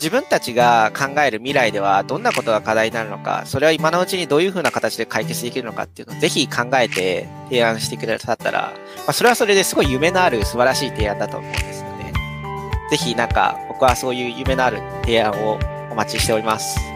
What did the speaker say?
自分たちが考える未来ではどんなことが課題になるのか、それは今のうちにどういうふうな形で解決できるのかっていうのをぜひ考えて提案してくださったら、それはそれですごい夢のある素晴らしい提案だと思うんですよね。ぜひ僕はそういう夢のある提案をお待ちしております。